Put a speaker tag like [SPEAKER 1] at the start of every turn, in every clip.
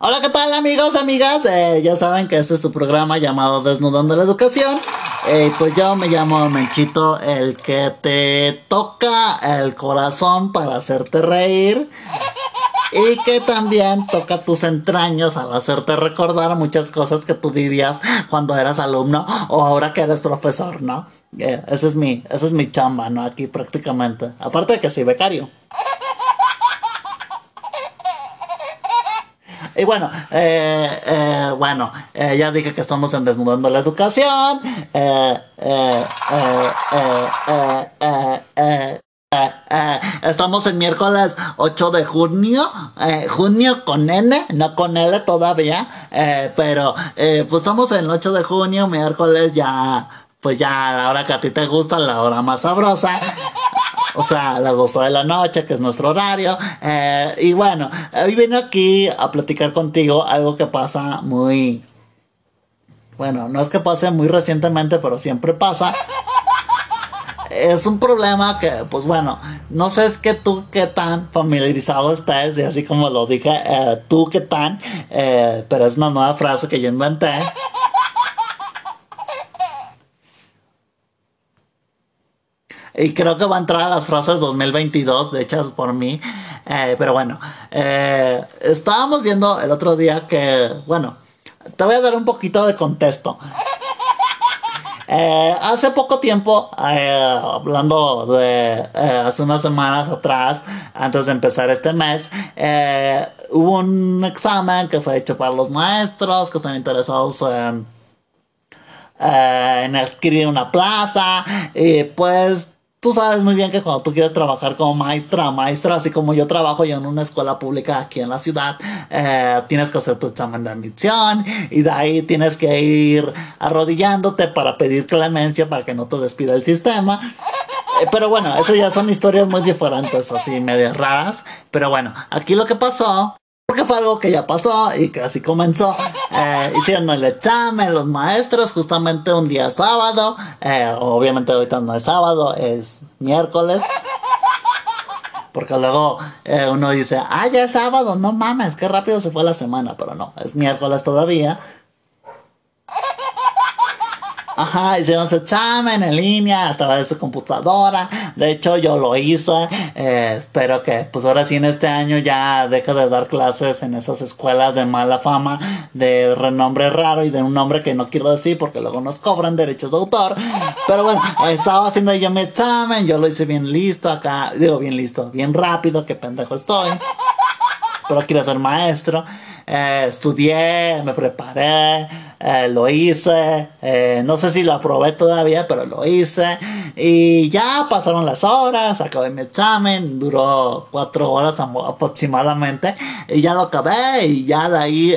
[SPEAKER 1] Hola, ¿qué tal amigos, amigas? Ya saben que este es su programa llamado Desnudando la Educación. Pues yo me llamo Menchito, el que te toca el corazón para hacerte reír. Y que también toca tus entrañas al hacerte recordar muchas cosas que tú vivías cuando eras alumno o ahora que eres profesor, ¿no? Esa es mi chamba, ¿no? Aquí prácticamente. Aparte de que soy becario. Y bueno, ya dije que estamos en Desnudando la Educación. Estamos en miércoles 8 de junio. Junio con N, no con L todavía. Pero pues estamos en el 8 de junio, miércoles ya. Pues ya a la hora que a ti te gusta, la hora más sabrosa. O sea, las 12 de la noche, que es nuestro horario. Y bueno, hoy vine aquí a platicar contigo algo que pasa muy... Bueno, no es que pase muy recientemente, pero siempre pasa. Es un problema que, pues bueno, no sé es que tú qué tan familiarizado estés, y así como lo dije, tú qué tan, pero es una nueva frase que yo inventé. Y creo que va a entrar a las frases 2022, hechas por mí. Pero bueno, estábamos viendo el otro día que, bueno, te voy a dar un poquito de contexto. Hace poco tiempo, hablando de hace unas semanas atrás, antes de empezar este mes, hubo un examen que fue hecho para los maestros que están interesados en adquirir una plaza. Y pues tú sabes muy bien que cuando tú quieres trabajar como maestra, así como yo trabajo yo en una escuela pública aquí en la ciudad, tienes que hacer tu examen de admisión y de ahí tienes que ir arrodillándote para pedir clemencia para que no te despida el sistema. Pero bueno, eso ya son historias muy diferentes, así medias raras. Pero bueno, aquí lo que pasó, porque fue algo que ya pasó y que así comenzó. Hicieron el examen los maestros justamente un día sábado. Obviamente ahorita no es sábado, es miércoles. Porque luego uno dice, ah, ya es sábado, no mames, qué rápido se fue la semana. Pero no, es miércoles todavía. Ajá, hicieron su examen en línea a través de su computadora. De hecho, yo lo hice. Espero que, pues ahora sí, en este año ya deje de dar clases en esas escuelas de mala fama, de renombre raro y de un nombre que no quiero decir porque luego nos cobran derechos de autor. Pero bueno, estaba haciendo yo mi examen. Yo lo hice bien listo acá. Digo, bien listo, bien rápido. Qué pendejo estoy. Pero quiero ser maestro. Estudié, me preparé, lo hice, no sé si lo aprobé todavía, pero lo hice. Y ya pasaron las horas, acabé mi examen, duró 4 horas aproximadamente. Y ya lo acabé y ya de ahí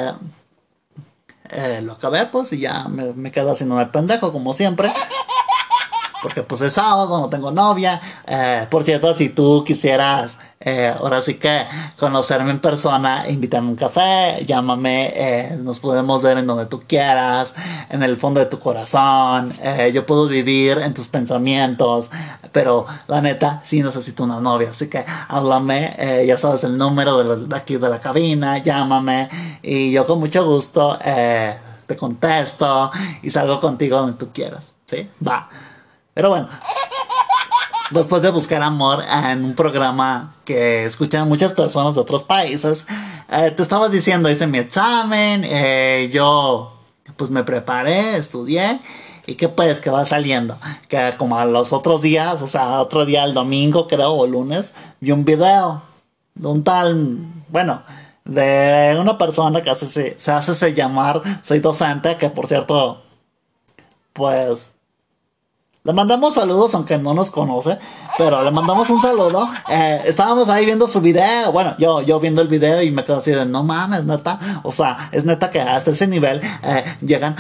[SPEAKER 1] lo acabé pues y ya me quedo haciéndome pendejo como siempre. Porque pues es sábado, no tengo novia. Por cierto, si tú quisieras, ahora sí que conocerme en persona, invítame a un café, llámame, nos podemos ver en donde tú quieras, en el fondo de tu corazón. Yo puedo vivir en tus pensamientos, pero la neta, sí necesito una novia. Así que háblame, ya sabes el número de aquí de la cabina, llámame y yo con mucho gusto te contesto y salgo contigo donde tú quieras. ¿Sí? Va. Pero bueno, después de buscar amor en un programa que escuchan muchas personas de otros países, te estaba diciendo, hice mi examen, yo pues me preparé, estudié, y que pues que va saliendo, que como a los otros días, o sea, otro día el domingo creo, o lunes, vi un video de un tal, bueno, de una persona que se hace llamar Soy Docente, que por cierto, pues... Le mandamos saludos, aunque no nos conoce, pero le mandamos un saludo. Estábamos ahí viendo su video. Bueno, yo viendo el video y me quedo así de, no mames, neta. O sea, es neta que hasta ese nivel llegan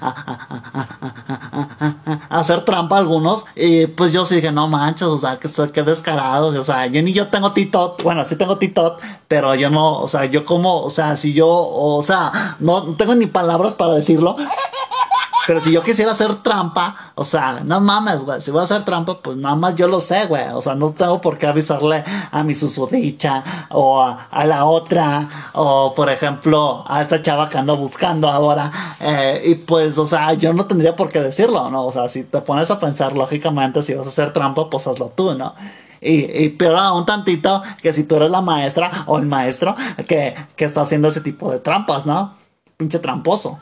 [SPEAKER 1] a hacer trampa algunos. Y pues yo sí dije, no manches, o sea, que descarados. O sea, yo ni yo tengo TikTok. Bueno, sí tengo TikTok, pero yo no, o sea, yo como, o sea, si yo, o sea, no tengo ni palabras para decirlo. Pero si yo quisiera hacer trampa, o sea, no mames, güey. Si voy a hacer trampa, pues nada más yo lo sé, güey. O sea, no tengo por qué avisarle a mi susodicha o a la otra. O, por ejemplo, a esta chava que ando buscando ahora. Y pues, o sea, yo no tendría por qué decirlo, ¿no? O sea, si te pones a pensar lógicamente, si vas a hacer trampa, pues hazlo tú, ¿no? Y peor aún tantito que si tú eres la maestra o el maestro que está haciendo ese tipo de trampas, ¿no? Pinche tramposo.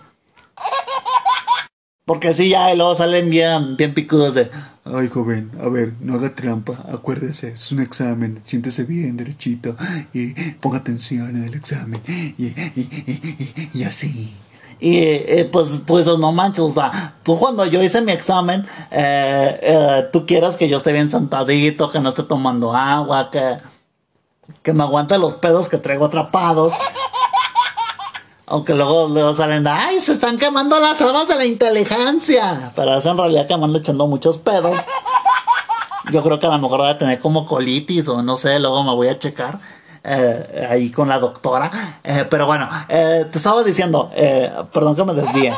[SPEAKER 1] Porque sí, ya y luego salen bien picudos de...
[SPEAKER 2] Ay, joven, a ver, no haga trampa, acuérdese, es un examen, siéntese bien, derechito, y ponga atención en el examen, y así.
[SPEAKER 1] Y pues tú dices, no manches, o sea, tú cuando yo hice mi examen, tú quieras que yo esté bien sentadito, que no esté tomando agua, que me aguante los pedos que traigo atrapados. Aunque luego salen, ay, se están quemando las armas de la inteligencia. Pero eso en realidad que me ando echando muchos pedos. Yo creo que a lo mejor voy a tener como colitis o no sé, luego me voy a checar ahí con la doctora. Pero bueno, te estaba diciendo, perdón que me desvíe.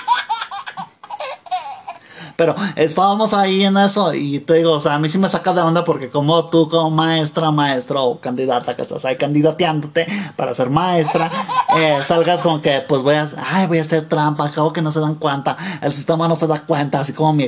[SPEAKER 1] Pero estábamos ahí en eso y te digo, o sea, a mí sí me saca de onda porque como tú como maestra, maestro o candidata que estás ahí candidateándote para ser maestra, salgas con que pues voy a hacer trampa, acabo que no se dan cuenta, el sistema no se da cuenta, así como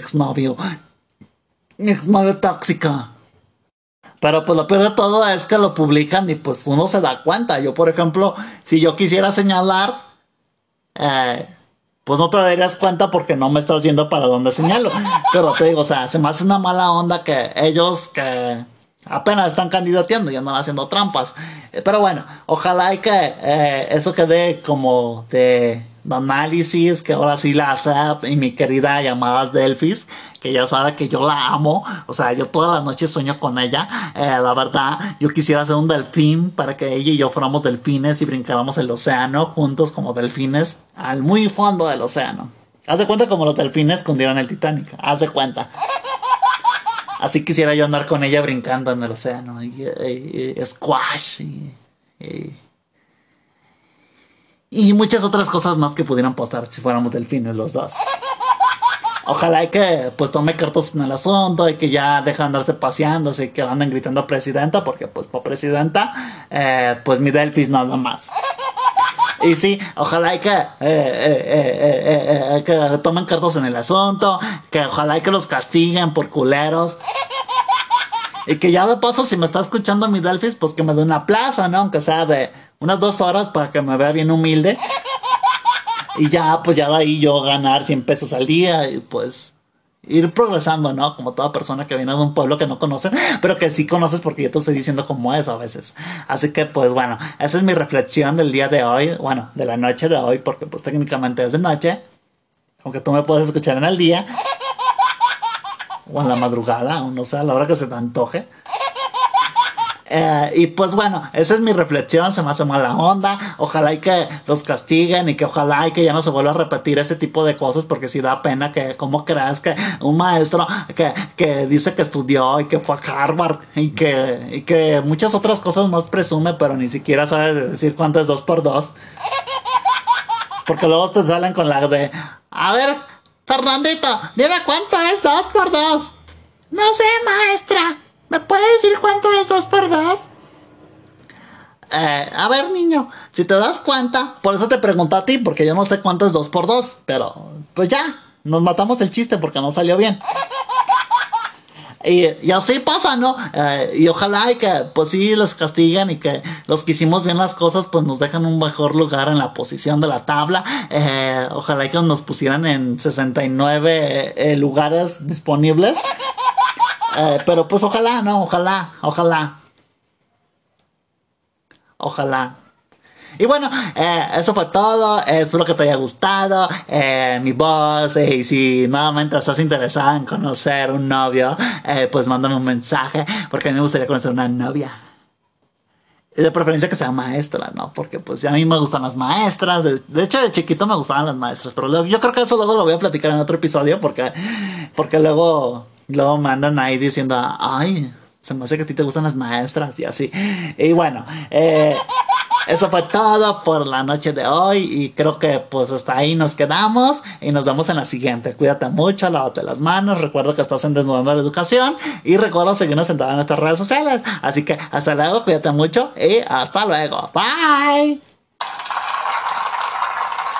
[SPEAKER 1] mi exnovio tóxico. Pero pues lo peor de todo es que lo publican y pues uno se da cuenta. Yo, por ejemplo, si yo quisiera señalar, eh, pues no te darías cuenta porque no me estás viendo para dónde señalo. Pero te digo, o sea, se me hace una mala onda que ellos que apenas están candidateando y andan haciendo trampas. Pero bueno, ojalá y que eso quede como de análisis, que ahora sí la hace y mi querida llamada Delphis, que ya sabe que yo la amo, o sea, yo todas las noches sueño con ella, la verdad, yo quisiera ser un delfín para que ella y yo fuéramos delfines y brincáramos el océano juntos como delfines al muy fondo del océano. Haz de cuenta como los delfines que hundieron el Titanic, haz de cuenta. Así quisiera yo andar con ella brincando en el océano y squash y muchas otras cosas más que pudieran pasar si fuéramos delfines los dos. Ojalá y que pues tome cartas en el asunto y que ya deje de andarse paseándose y que anden gritando presidenta porque pues para presidenta pues mi Delphis nada más. Y sí, ojalá y que tomen cartas en el asunto, que ojalá y que los castiguen por culeros. Y que ya de paso, si me está escuchando mi Delphis, pues que me dé una plaza, ¿no? Aunque sea de unas 2 horas para que me vea bien humilde. Y ya, pues ya de ahí yo ganar 100 pesos al día y pues ir progresando, ¿no? Como toda persona que viene de un pueblo que no conoce, pero que sí conoces porque yo te estoy diciendo cómo es a veces. Así que pues bueno, esa es mi reflexión del día de hoy, bueno, de la noche de hoy, porque pues técnicamente es de noche, aunque tú me puedes escuchar en el día, o en la madrugada, o no sé, a la hora que se te antoje. Y pues bueno, esa es mi reflexión, se me hace mala onda, ojalá y que los castiguen y que ojalá y que ya no se vuelva a repetir ese tipo de cosas porque sí da pena que, ¿cómo crees que un maestro que dice que estudió y que fue a Harvard y que muchas otras cosas más presume, pero ni siquiera sabe decir cuánto es 2 por 2? Porque luego te salen con la de, a ver, Fernandito, dime cuánto es 2 por 2. No sé, maestra. ¿Me puede decir cuánto es 2 por 2? A ver, niño, si te das cuenta, por eso te pregunto a ti, porque yo no sé cuánto es 2 por 2, pero pues ya, nos matamos el chiste porque no salió bien. Y así pasa, ¿no? Y ojalá y que pues sí los castiguen y que los que hicimos bien las cosas pues nos dejan un mejor lugar en la posición de la tabla. Ojalá y que nos pusieran en 69 lugares disponibles. Pero pues ojalá, ¿no? Ojalá. Y bueno, eso fue todo. Espero que te haya gustado mi voz. Y si nuevamente estás interesada en conocer un novio, pues mándame un mensaje. Porque a mí me gustaría conocer una novia. Y de preferencia que sea maestra, ¿no? Porque pues ya a mí me gustan las maestras. De hecho, de chiquito me gustaban las maestras. Pero yo creo que eso luego lo voy a platicar en otro episodio. Porque luego me andan ahí diciendo, ay, se me hace que a ti te gustan las maestras y así. Y bueno, Eso fue todo por la noche de hoy y creo que pues hasta ahí nos quedamos y nos vemos en la siguiente. Cuídate mucho, lávate las manos, recuerda que estás en Desnudando la Educación y recuerda seguirnos en todas nuestras redes sociales. Así que hasta luego, cuídate mucho y hasta luego. Bye.